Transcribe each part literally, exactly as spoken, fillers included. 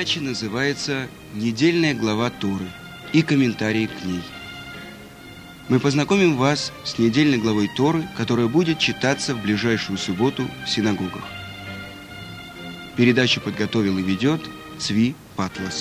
передача называется «Недельная глава Торы» и комментарии к ней. Мы познакомим вас с недельной главой Торы, которая будет читаться в ближайшую субботу в синагогах. Передачу подготовил и ведет Цви Патлас.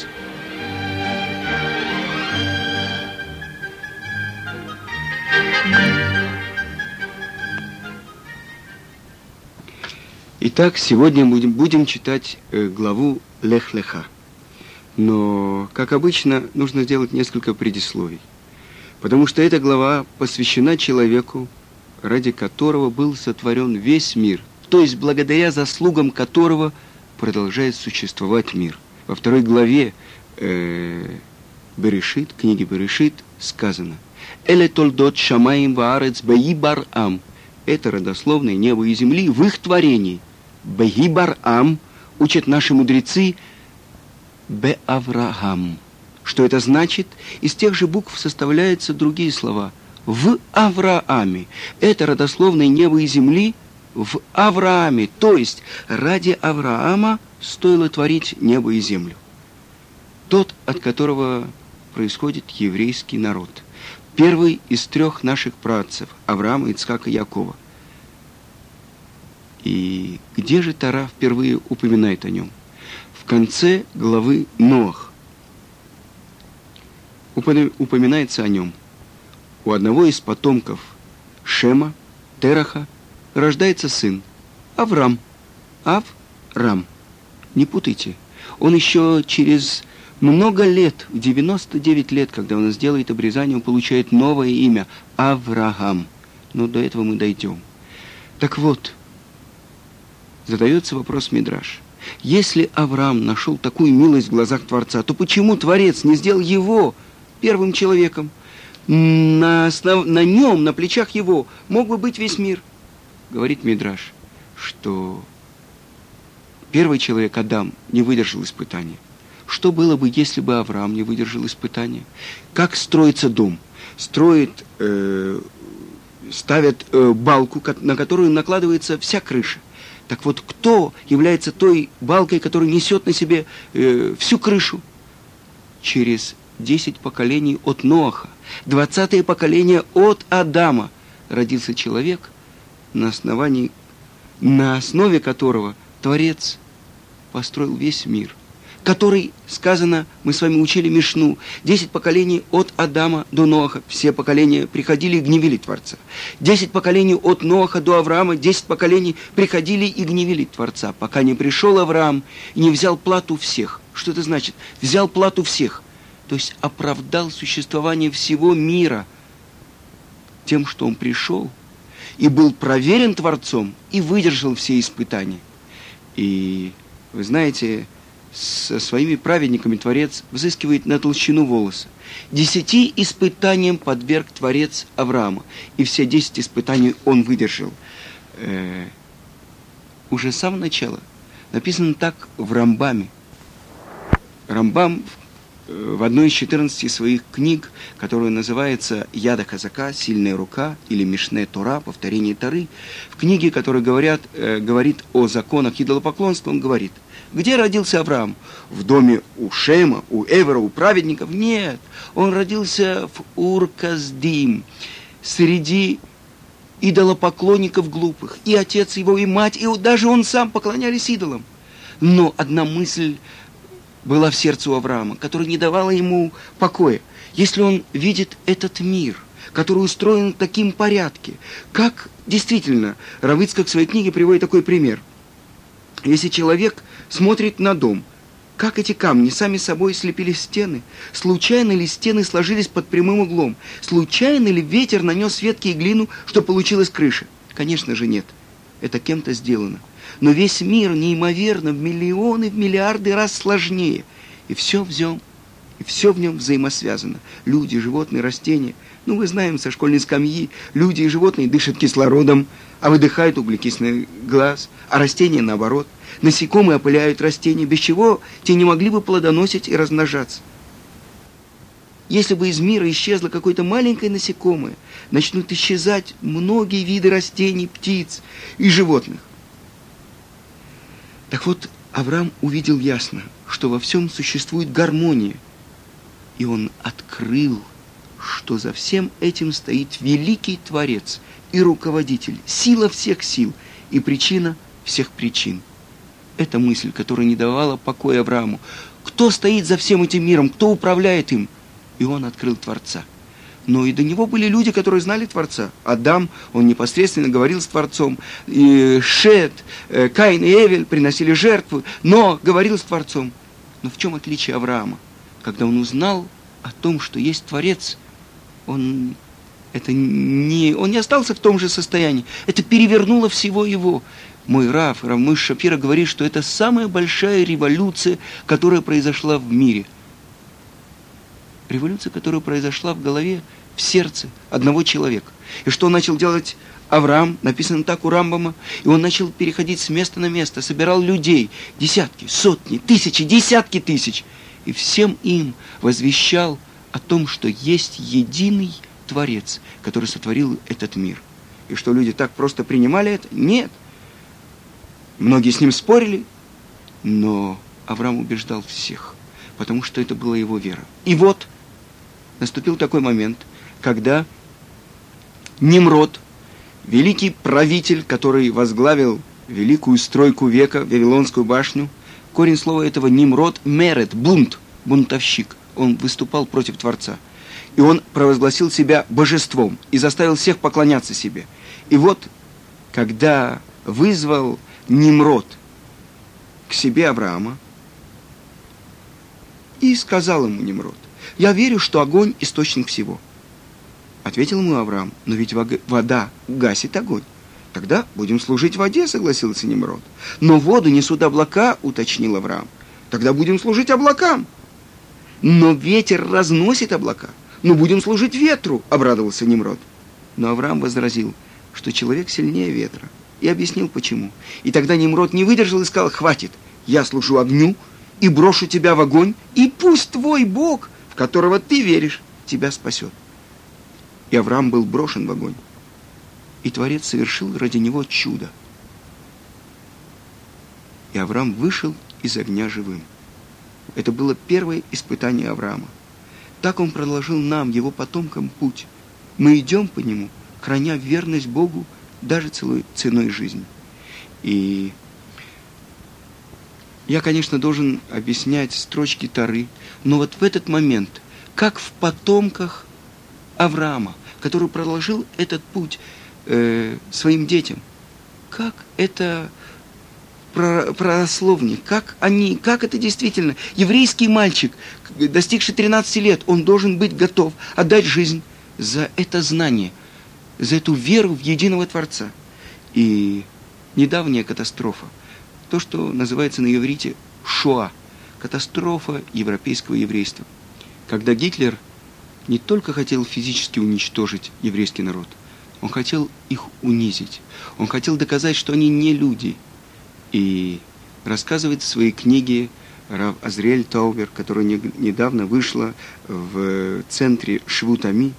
Итак, сегодня будем, будем читать э, главу Лех Леха. Но, как обычно, нужно сделать несколько предисловий. Потому что эта глава посвящена человеку, ради которого был сотворен весь мир, то есть благодаря заслугам которого продолжает существовать мир. Во второй главе э, Берешит, книги Берешит, сказано: «Эле толдот шамаим ваарец беибар ам». Это родословное неба и земли в их творении. Беибар ам учат наши мудрецы Бе Авраам. Что это значит? Из тех же букв составляются другие слова. В Аврааме. Это родословное неба и земли в Аврааме. То есть ради Авраама стоило творить небо и землю. Тот, от которого происходит еврейский народ. Первый из трех наших праотцев Авраама, Ицхака и Якова. И где же Тора впервые упоминает о нем? В конце главы Ноах упоминается о нем. У одного из потомков Шема, Тераха, рождается сын Аврам. Аврам. Не путайте. Он еще через много лет, в девяносто девять лет, когда он сделает обрезание, он получает новое имя Авраам. Но до этого мы дойдем. Так вот, задается вопрос Мидраш. Если Авраам нашел такую милость в глазах Творца, то почему Творец не сделал его первым человеком? На, основ... на нем, на плечах его мог бы быть весь мир. Говорит Мидраш, что первый человек, Адам, не выдержал испытания. Что было бы, если бы Авраам не выдержал испытания? Как строится дом? Строит, э, ставят э, балку, на которую накладывается вся крыша. Так вот, кто является той балкой, которая несет на себе э, всю крышу? Через десять поколений от Ноаха, двадцатое поколение от Адама родился человек, на основании, на основе которого Творец построил весь мир, который, сказано, мы с вами учили Мишну, десять поколений от Адама до Ноаха, все поколения приходили и гневили Творца. Десять поколений от Ноаха до Авраама, десять поколений приходили и гневили Творца, пока не пришел Авраам и не взял плату всех. Что это значит? Взял плату всех. То есть оправдал существование всего мира тем, что он пришел и был проверен Творцом и выдержал все испытания. И вы знаете, со своими праведниками Творец взыскивает на толщину волоса. Десяти испытаниям подверг Творец Авраама. И все десять испытаний он выдержал. Э-э- уже с самого начала написано так в Рамбаме. Рамбам в одной из четырнадцати своих книг, которая называется «Яда Хазака», «Сильная рука» или «Мишне Тора», «Повторение Торы», в книге, которая говорят, э, говорит о законах идолопоклонства, он говорит: где родился Авраам? В доме у Шема, у Эвера, у праведников? Нет, он родился в Ур-Каздим, среди идолопоклонников глупых. И отец его, и мать, и даже он сам поклонялись идолам. Но одна мысль была в сердце у Авраама, которая не давала ему покоя. Если он видит этот мир, который устроен в таким порядке, как действительно, Рав Ицхак в своей книге приводит такой пример. Если человек смотрит на дом, как эти камни сами собой слепили стены, случайно ли стены сложились под прямым углом, случайно ли ветер нанес ветки и глину, что получилась крыша? Конечно же нет, это кем-то сделано. Но весь мир неимоверно в миллионы, в миллиарды раз сложнее. И все в нем, и все в нем взаимосвязано. Люди, животные, растения. Ну, мы знаем со школьной скамьи, люди и животные дышат кислородом, а выдыхают углекислый газ, а растения наоборот. Насекомые опыляют растения, без чего те не могли бы плодоносить и размножаться. Если бы из мира исчезло какое-то маленькое насекомое, начнут исчезать многие виды растений, птиц и животных. Так вот, Авраам увидел ясно, что во всем существует гармония. И он открыл, что за всем этим стоит великий Творец и руководитель, сила всех сил и причина всех причин. Это мысль, которая не давала покоя Аврааму. Кто стоит за всем этим миром, кто управляет им? И он открыл Творца. Но и до него были люди, которые знали Творца. Адам, он непосредственно говорил с Творцом. И Шет, Каин и Эвель приносили жертвы, но говорил с Творцом. Но в чем отличие Авраама? Когда он узнал о том, что есть Творец, он, это не, он не остался в том же состоянии. Это перевернуло всего его. Мой Рав, Рав Мойше Шапира, говорит, что это самая большая революция, которая произошла в мире. Революция, которая произошла в голове, в сердце одного человека. И что начал делать Авраам, написано так у Рамбама, и он начал переходить с места на место, собирал людей, десятки, сотни, тысячи, десятки тысяч, и всем им возвещал о том, что есть единый Творец, который сотворил этот мир. И что люди так просто принимали это? Нет. Многие с ним спорили, но Авраам убеждал всех, потому что это была его вера. И вот наступил такой момент, когда Нимрод, великий правитель, который возглавил великую стройку века, Вавилонскую башню, корень слова этого Нимрод – мерет, бунт, бунтовщик. Он выступал против Творца. И он провозгласил себя божеством и заставил всех поклоняться себе. И вот, когда вызвал Нимрод к себе Авраама, и сказал ему Нимрод: «Я верю, что огонь – источник всего». Ответил ему Авраам: «Но ведь вода гасит огонь». «Тогда будем служить воде», – согласился Нимрод. «Но воду несут облака», – уточнил Авраам. «Тогда будем служить облакам». «Но ветер разносит облака». «Но будем служить ветру», – обрадовался Нимрод. Но Авраам возразил, что человек сильнее ветра, и объяснил, почему. И тогда Нимрод не выдержал и сказал: «Хватит, я служу огню и брошу тебя в огонь, и пусть твой Бог, в которого ты веришь, тебя спасет». И Авраам был брошен в огонь. И Творец совершил ради него чудо. И Авраам вышел из огня живым. Это было первое испытание Авраама. Так он проложил нам, его потомкам, путь. Мы идем по нему, храня верность Богу даже целой ценой жизни. И я, конечно, должен объяснять строчки Торы, но вот в этот момент, как в потомках Авраама, который проложил этот путь э, своим детям, как это прорословник, как они, как это действительно, еврейский мальчик, достигший тринадцати лет, он должен быть готов отдать жизнь за это знание, за эту веру в единого Творца. И недавняя катастрофа, то, что называется на иврите Шоа, катастрофа европейского еврейства, когда Гитлер не только хотел физически уничтожить еврейский народ, он хотел их унизить, он хотел доказать, что они не люди. И рассказывает в своей книге Рав Азриэль Таубер, которая не, недавно вышла в центре Швут Ami,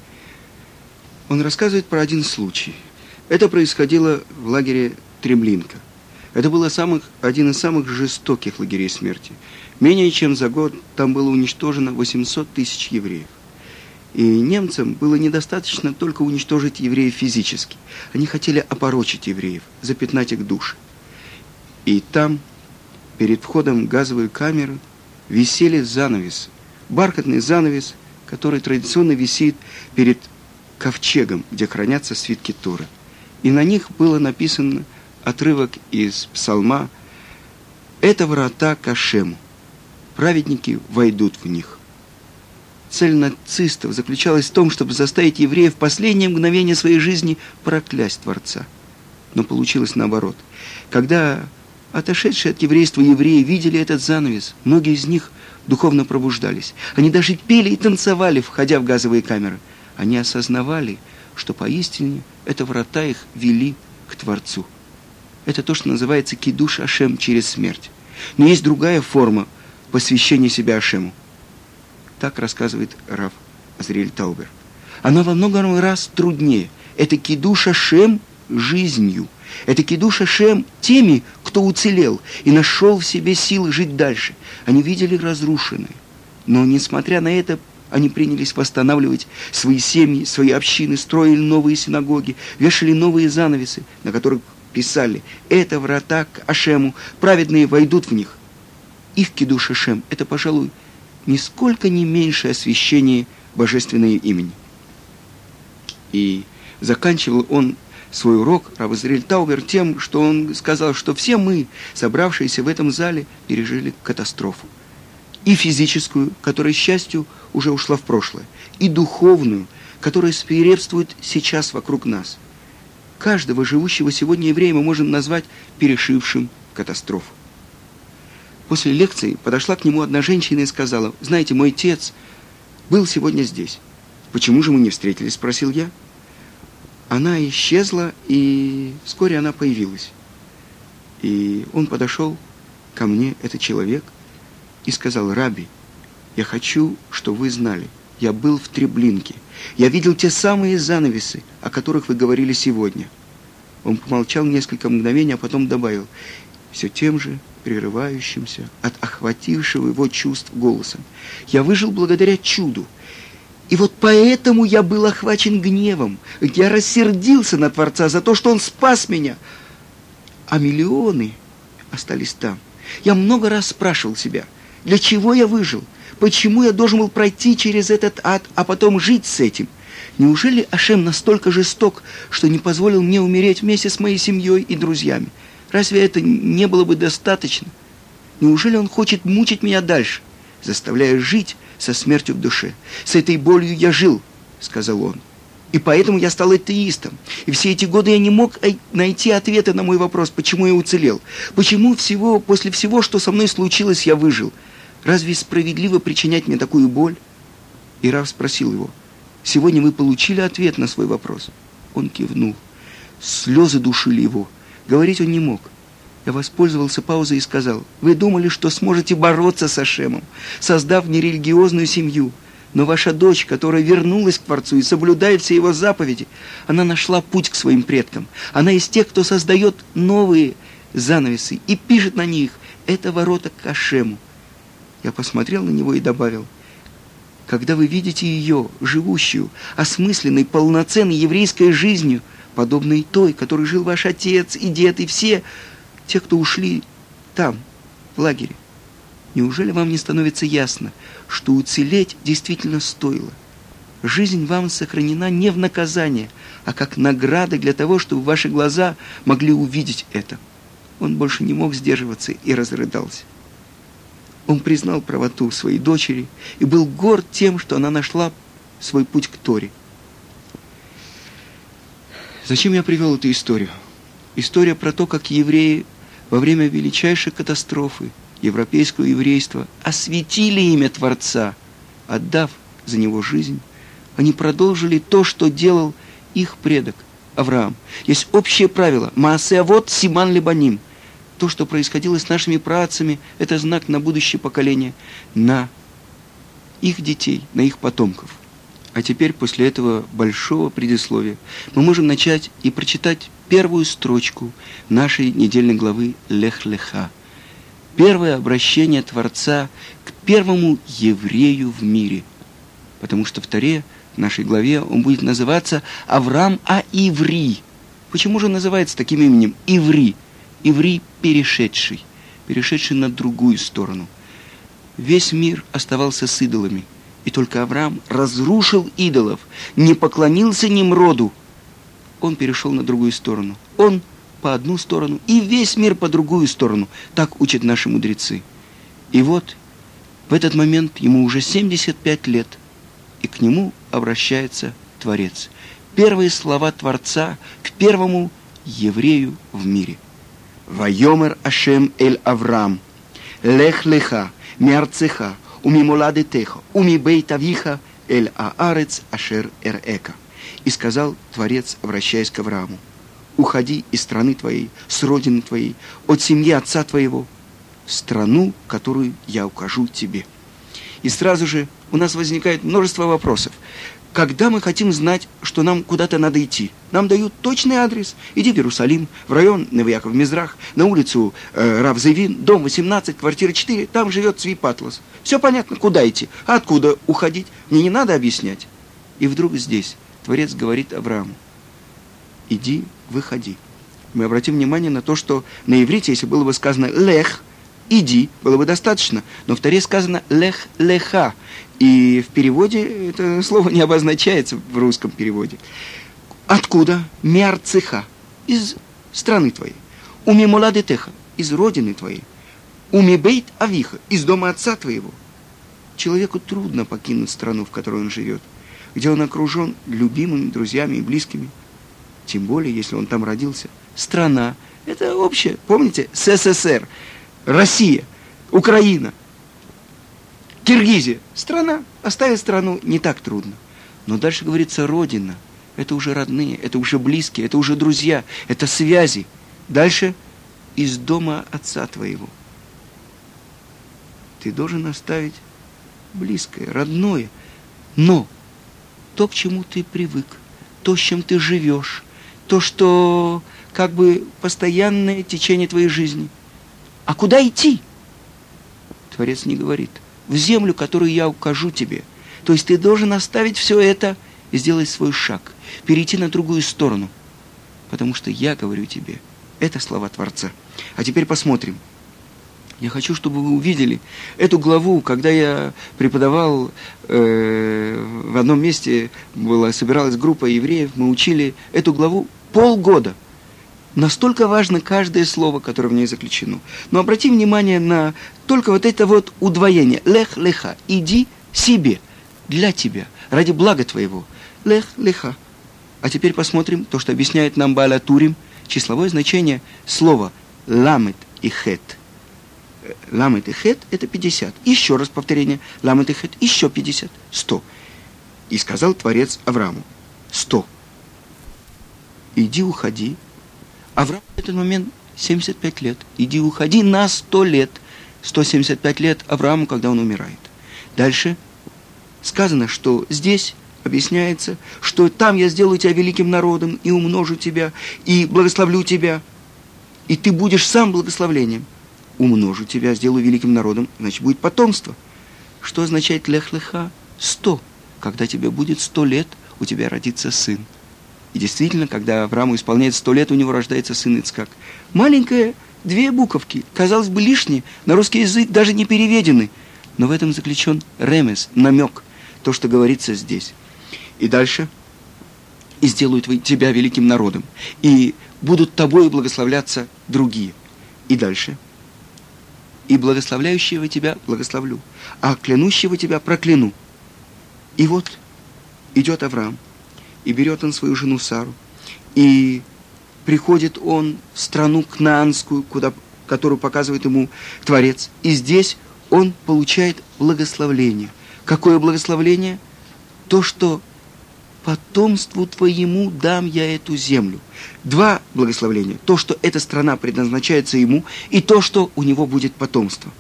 он рассказывает про один случай. Это происходило в лагере Треблинка. Это был самых, один из самых жестоких лагерей смерти. Менее чем за год там было уничтожено восемьсот тысяч евреев. И немцам было недостаточно только уничтожить евреев физически. Они хотели опорочить евреев, запятнать их души. И там, перед входом в газовые камеры, висели занавесы. Бархатный занавес, который традиционно висит перед ковчегом, где хранятся свитки Торы. И на них было написано отрывок из псалма: «Это врата к Ашему, праведники войдут в них». Цель нацистов заключалась в том, чтобы заставить евреев в последнее мгновение своей жизни проклясть Творца. Но получилось наоборот. Когда отошедшие от еврейства евреи видели этот занавес, многие из них духовно пробуждались. Они даже пели и танцевали, входя в газовые камеры. Они осознавали, что поистине это врата их вели к Творцу. Это то, что называется кидуш Ашем через смерть. Но есть другая форма посвящения себя Ашему. Так рассказывает Рав Азриэль Таубер. Она во много раз труднее. Это кидуш Ашем жизнью. Это кидуш Ашем теми, кто уцелел и нашел в себе силы жить дальше, они видели разрушенное. Но, несмотря на это, они принялись восстанавливать свои семьи, свои общины, строили новые синагоги, вешали новые занавесы, на которых писали: «Это врата к Ашему, праведные войдут в них». Их кидуш Ашем – это, пожалуй, нисколько не меньшее освящение божественного имени. И заканчивал он свой урок, рав Израиль Таубер, тем, что он сказал, что все мы, собравшиеся в этом зале, пережили катастрофу. И физическую, которая, к счастью, уже ушла в прошлое, и духовную, которая свирепствует сейчас вокруг нас. Каждого живущего сегодня еврея мы можем назвать пережившим катастрофу. После лекции подошла к нему одна женщина и сказала: «Знаете, мой отец был сегодня здесь». «Почему же мы не встретились?» – спросил я. Она исчезла, и вскоре она появилась. И он подошел ко мне, этот человек, и сказал: «Раби, я хочу, чтобы вы знали, я был в Треблинке, я видел те самые занавесы, о которых вы говорили сегодня». Он помолчал несколько мгновений, а потом добавил, все тем же прерывающимся от охватившего его чувств голосом: «Я выжил благодаря чуду. И вот поэтому я был охвачен гневом. Я рассердился на Творца за то, что Он спас меня. А миллионы остались там. Я много раз спрашивал себя, для чего я выжил? Почему я должен был пройти через этот ад, а потом жить с этим? Неужели Ашем настолько жесток, что не позволил мне умереть вместе с моей семьей и друзьями? Разве это не было бы достаточно? Неужели Он хочет мучить меня дальше, заставляя жить со смертью в душе? С этой болью я жил», — сказал он. «И поэтому я стал атеистом. И все эти годы я не мог найти ответа на мой вопрос, почему я уцелел. Почему всего, после всего, что со мной случилось, я выжил. Разве справедливо причинять мне такую боль?» И рав спросил его: «Сегодня вы получили ответ на свой вопрос?» Он кивнул. Слезы душили его. Говорить он не мог. Я воспользовался паузой и сказал: «Вы думали, что сможете бороться с Ашемом, создав нерелигиозную семью. Но ваша дочь, которая вернулась к Творцу и соблюдает все его заповеди, она нашла путь к своим предкам. Она из тех, кто создает новые занавесы и пишет на них: это ворота к Ашему». Я посмотрел на него и добавил: «Когда вы видите ее, живущую, осмысленной, полноценной еврейской жизнью, подобной той, которой жил ваш отец и дед, и все те, кто ушли там, в лагере, неужели вам не становится ясно, что уцелеть действительно стоило? Жизнь вам сохранена не в наказание, а как награда для того, чтобы ваши глаза могли увидеть это». Он больше не мог сдерживаться и разрыдался. Он признал правоту своей дочери и был горд тем, что она нашла свой путь к Торе. Зачем я привел эту историю? История про то, как евреи во время величайшей катастрофы европейского еврейства осветили имя Творца, отдав за него жизнь. Они продолжили то, что делал их предок Авраам. Есть общее правило: «Маасе авот симан лебаним». То, что происходило с нашими праотцами, это знак на будущее поколение, на их детей, на их потомков. А теперь, после этого большого предисловия, мы можем начать и прочитать первую строчку нашей недельной главы «Лех Леха». Первое обращение Творца к первому еврею в мире. Потому что в Торе, в нашей главе, он будет называться Авраам а-Иври. Почему же называется таким именем Иври? Иври перешедший, перешедший на другую сторону. Весь мир оставался с идолами, и только Авраам разрушил идолов, не поклонился Нимроду. Он перешел на другую сторону. Он по одну сторону, и весь мир по другую сторону. Так учат наши мудрецы. И вот в этот момент ему уже семьдесят пять лет, и к нему обращается Творец. Первые слова Творца к первому еврею в мире. «Вайомер Ашем эль Авраам, лех леха, миарцеха, умимоладетеха, умибейт авиха, эль аарец ашер эрэка». И сказал Творец, обращаясь к Аврааму: «Уходи из страны твоей, с родины твоей, от семьи отца твоего, в страну, которую я укажу тебе». И сразу же у нас возникает множество вопросов. когда мы хотим знать, что нам куда-то надо идти, нам дают точный адрес. Иди в Иерусалим, в район Невы-Яков-Мизрах, на улицу э, Рав-Зевин, дом восемнадцать, квартира четыре, там живет Цви Патлас. Все понятно, куда идти, а откуда уходить, мне не надо объяснять. И вдруг здесь Творец говорит Аврааму: иди, выходи. Мы обратим внимание на то, что на иврите, если было бы сказано «лех», «иди», было бы достаточно, но в Торе сказано «лех леха», и в переводе это слово не обозначается в русском переводе. Откуда? Миарцеха, из страны твоей. Уми моладетеха, из родины твоей. Уми бейт авиха, из дома отца твоего. Человеку трудно покинуть страну, в которой он живет, где он окружен любимыми, друзьями и близкими. Тем более, если он там родился. Страна – это общее. Помните? СССР, Россия, Украина, Киргизия. Страна. Оставить страну не так трудно. Но дальше говорится родина. Это уже родные, это уже близкие, это уже друзья, это связи. Дальше из дома отца твоего. Ты должен оставить близкое, родное. Но то, к чему ты привык, то, с чем ты живешь, то, что как бы постоянное течение твоей жизни. А куда идти? Творец не говорит. В землю, которую я укажу тебе. То есть ты должен оставить все это и сделать свой шаг. Перейти на другую сторону. Потому что я говорю тебе. Это слова Творца. А теперь посмотрим. Я хочу, чтобы вы увидели эту главу, когда я преподавал э, в одном месте, была, собиралась группа евреев, мы учили эту главу полгода. Настолько важно каждое слово, которое в ней заключено. Но обрати внимание на только вот это вот удвоение. Лех леха. Иди себе, для тебя, ради блага твоего. Лех леха. А теперь посмотрим то, что объясняет нам Бааль ха-Турим, числовое значение слова ламет и хет. Ламет и хет – это пятьдесят. Еще раз повторение. Ламет и хет – еще пятьдесят. сто. И сказал Творец Аврааму: сто. Иди, уходи. Авраам в этот момент семьдесят пять лет. Иди, уходи на сто лет. сто семьдесят пять лет Аврааму, когда он умирает. Дальше сказано, что здесь объясняется, что там я сделаю тебя великим народом и умножу тебя, и благословлю тебя, и ты будешь сам благословлением. Умножу тебя, сделаю великим народом, значит, будет потомство. Что означает лех-леха? Сто. Когда тебе будет сто лет, у тебя родится сын. И действительно, когда Аврааму исполняется сто лет, у него рождается сын Ицхак. Маленькая, две буковки, казалось бы, лишние, на русский язык даже не переведены. Но в этом заключен ремес, намек, то, что говорится здесь. И дальше. И сделаю тебя великим народом. И будут тобой благословляться другие. И дальше. И благословляющего тебя благословлю, а клянущего тебя прокляну. И вот идет Авраам, и берет он свою жену Сару, и приходит он в страну кнаанскую, куда, которую показывает ему Творец. И здесь он получает благословление. Какое благословление? То, что потомству твоему дам я эту землю. Два благословления. То, что эта страна предназначается ему, и то, что у него будет потомство.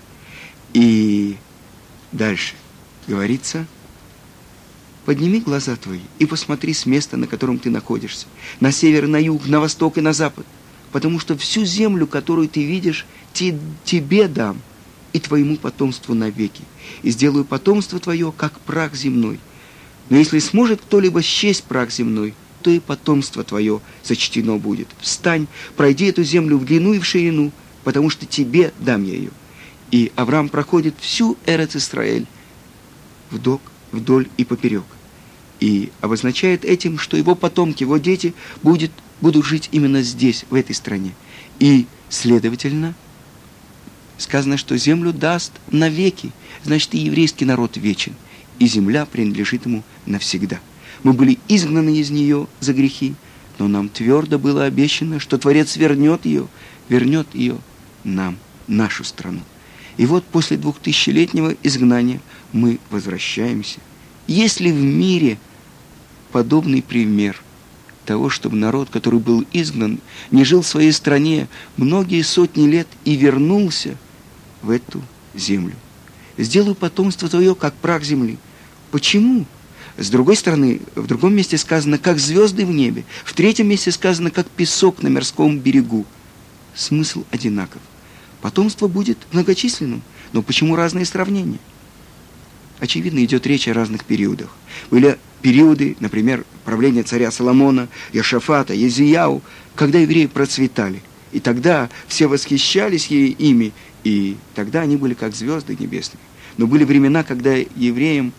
И дальше говорится: подними глаза твои и посмотри с места, на котором ты находишься. На север, на юг, на восток и на запад. Потому что всю землю, которую ты видишь, те, тебе дам и твоему потомству навеки. И сделаю потомство твое, как прах земной. Но если сможет кто-либо счесть прах земной, то и потомство твое зачтено будет. Встань, пройди эту землю в длину и в ширину, потому что тебе дам я ее. И Авраам проходит всю Эрец-Исраэль вдоль, вдоль и поперек. И обозначает этим, что его потомки, его дети будет, будут жить именно здесь, в этой стране. И, следовательно, сказано, что землю даст навеки. Значит, и еврейский народ вечен. И земля принадлежит ему навсегда. Мы были изгнаны из нее за грехи, но нам твердо было обещано, что Творец вернет ее, вернет ее нам, нашу страну. И вот после двухтысячелетнего изгнания мы возвращаемся. Есть ли в мире подобный пример того, чтобы народ, который был изгнан, не жил в своей стране многие сотни лет и вернулся в эту землю? Сделаю потомство твое, как прах земли. Почему? С другой стороны, в другом месте сказано, как звезды в небе. В третьем месте сказано, как песок на морском берегу. Смысл одинаков. Потомство будет многочисленным. Но почему разные сравнения? Очевидно, идет речь о разных периодах. Были периоды, например, правления царя Соломона, Иошафата, Езияу, когда евреи процветали. И тогда все восхищались ими, и тогда они были как звезды небесные. Но были времена, когда евреям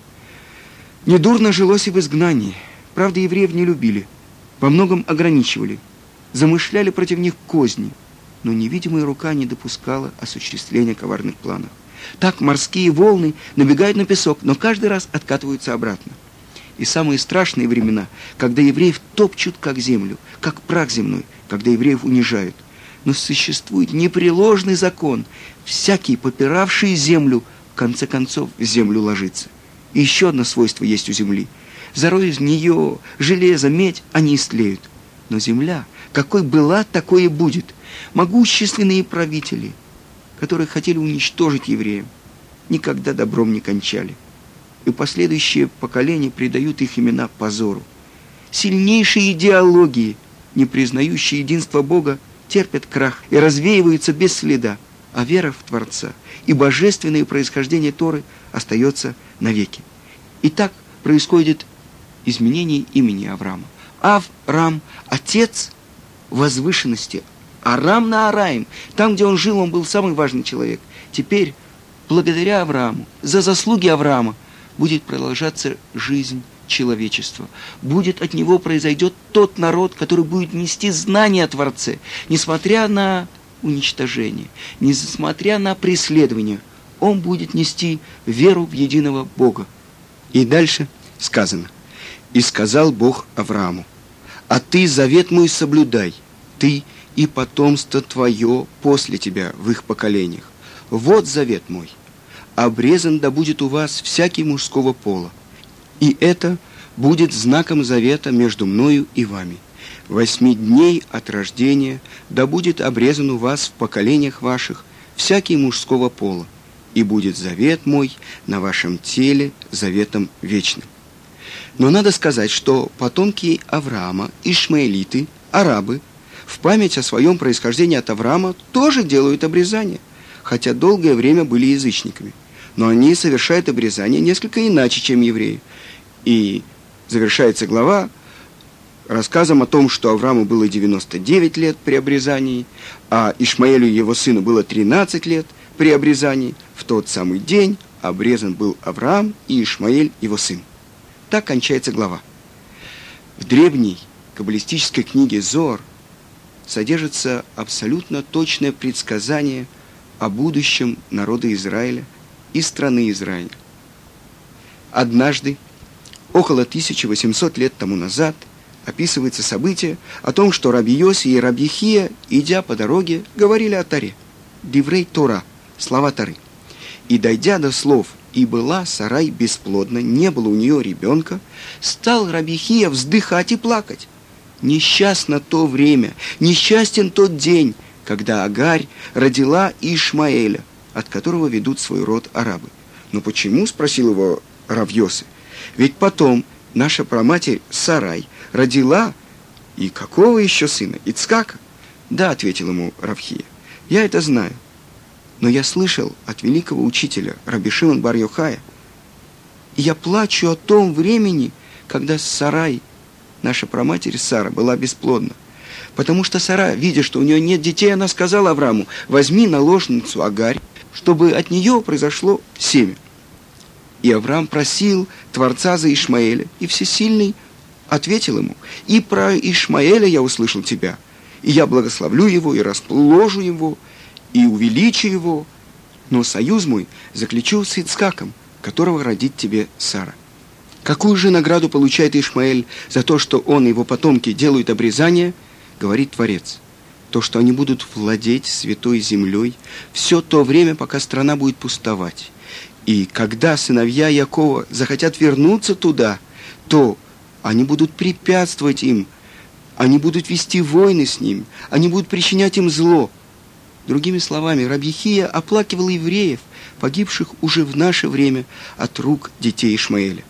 недурно жилось и в изгнании. Правда, евреев не любили, во многом ограничивали, замышляли против них козни, но невидимая рука не допускала осуществления коварных планов. Так морские волны набегают на песок, но каждый раз откатываются обратно. И самые страшные времена, когда евреев топчут как землю, как прах земной, когда евреев унижают. Но существует непреложный закон. Всякий, попиравший землю, в конце концов в землю ложится. И еще одно свойство есть у земли. Зарой из нее железо, медь, они истлеют. Но земля, какой была, такой и будет. Могущественные правители, которые хотели уничтожить евреев, никогда добром не кончали. И последующие поколения придают их имена позору. Сильнейшие идеологии, не признающие единство Бога, терпят крах и развеиваются без следа, а вера в Творца и божественное происхождение Торы остается навеки. И так происходит изменение имени Авраама. Авраам – отец возвышенности. Арам на Араим. Там, где он жил, он был самый важный человек. Теперь, благодаря Аврааму, за заслуги Авраама, будет продолжаться жизнь человечества. Будет от него произойдет тот народ, который будет нести знания о Творце, несмотря на уничтожение, несмотря на преследование. Он будет нести веру в единого Бога. И дальше сказано: «И сказал Бог Аврааму: а ты завет мой соблюдай, ты и потомство твое после тебя в их поколениях. Вот завет мой. Обрезан да будет у вас всякий мужского пола. И это будет знаком завета между мною и вами. Восьми дней от рождения да будет обрезан у вас в поколениях ваших всякий мужского пола. И будет завет мой на вашем теле заветом вечным». Но надо сказать, что потомки Авраама, ишмаэлиты, арабы, в память о своем происхождении от Авраама тоже делают обрезание, хотя долгое время были язычниками. Но они совершают обрезание несколько иначе, чем евреи. И завершается глава рассказом о том, что Аврааму было девяносто девять лет при обрезании, а Ишмаэлю, его сыну, было тринадцать лет при обрезании. В тот самый день обрезан был Авраам и Ишмаэль, его сын. Так кончается глава. В древней каббалистической книге Зоар содержится абсолютно точное предсказание о будущем народа Израиля и страны Израиля. Однажды, около тысяча восемьсот лет тому назад, описывается событие о том, что Раби Йоси и Раби Хия, идя по дороге, говорили о Торе. Диврей Тора, слова Торы. И дойдя до слов «И была Сарай бесплодна, не было у нее ребенка», стал Раби Хия вздыхать и плакать. Несчастно то время, несчастен тот день, когда Агарь родила Ишмаэля, от которого ведут свой род арабы. «Но почему?» – спросил его Рав Йоси. «Ведь потом наша праматерь Сарай родила и какого еще сына? Ицкака?» «Да», – ответил ему Рав Хия, – «я это знаю. Но я слышал от великого учителя Раби Шимон бар Йохая, и я плачу о том времени, когда Сарай, наша праматерь Сара, была бесплодна. Потому что Сара, видя, что у нее нет детей, она сказала Аврааму: возьми наложницу Агарь, чтобы от нее произошло семя. И Авраам просил Творца за Ишмаэля, и Всесильный ответил ему: и про Ишмаэля я услышал тебя, и я благословлю его, и расположу его, и увеличу его, но союз мой заключу с Ицкаком, которого родит тебе Сара. Какую же награду получает Ишмаэль за то, что он и его потомки делают обрезание, говорит Творец? То, что они будут владеть святой землей все то время, пока страна будет пустовать. И когда сыновья Якова захотят вернуться туда, то они будут препятствовать им, они будут вести войны с ними, они будут причинять им зло. Другими словами, Раби Хия оплакивал евреев, погибших уже в наше время от рук детей Ишмаэля.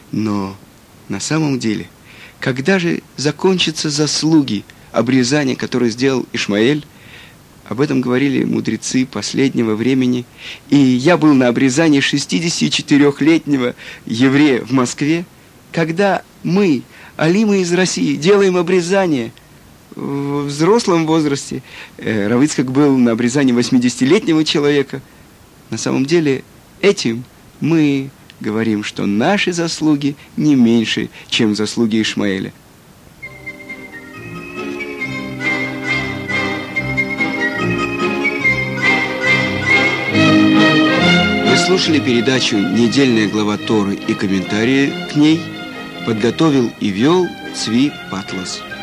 Но на самом деле, когда же закончатся заслуги обрезания, которое сделал Ишмаэль, об этом говорили мудрецы последнего времени. И я был на обрезании шестидесятичетырёхлетнего еврея в Москве, когда мы, алимы из России, делаем обрезание в взрослом возрасте. Рав Ицхак был на обрезании восьмидесятилетнего человека. На самом деле этим мы говорим, что наши заслуги не меньше, чем заслуги Ишмаэля. Вы слушали передачу «Недельная глава Торы» и комментарии к ней. Подготовил и вел Цви Патлас.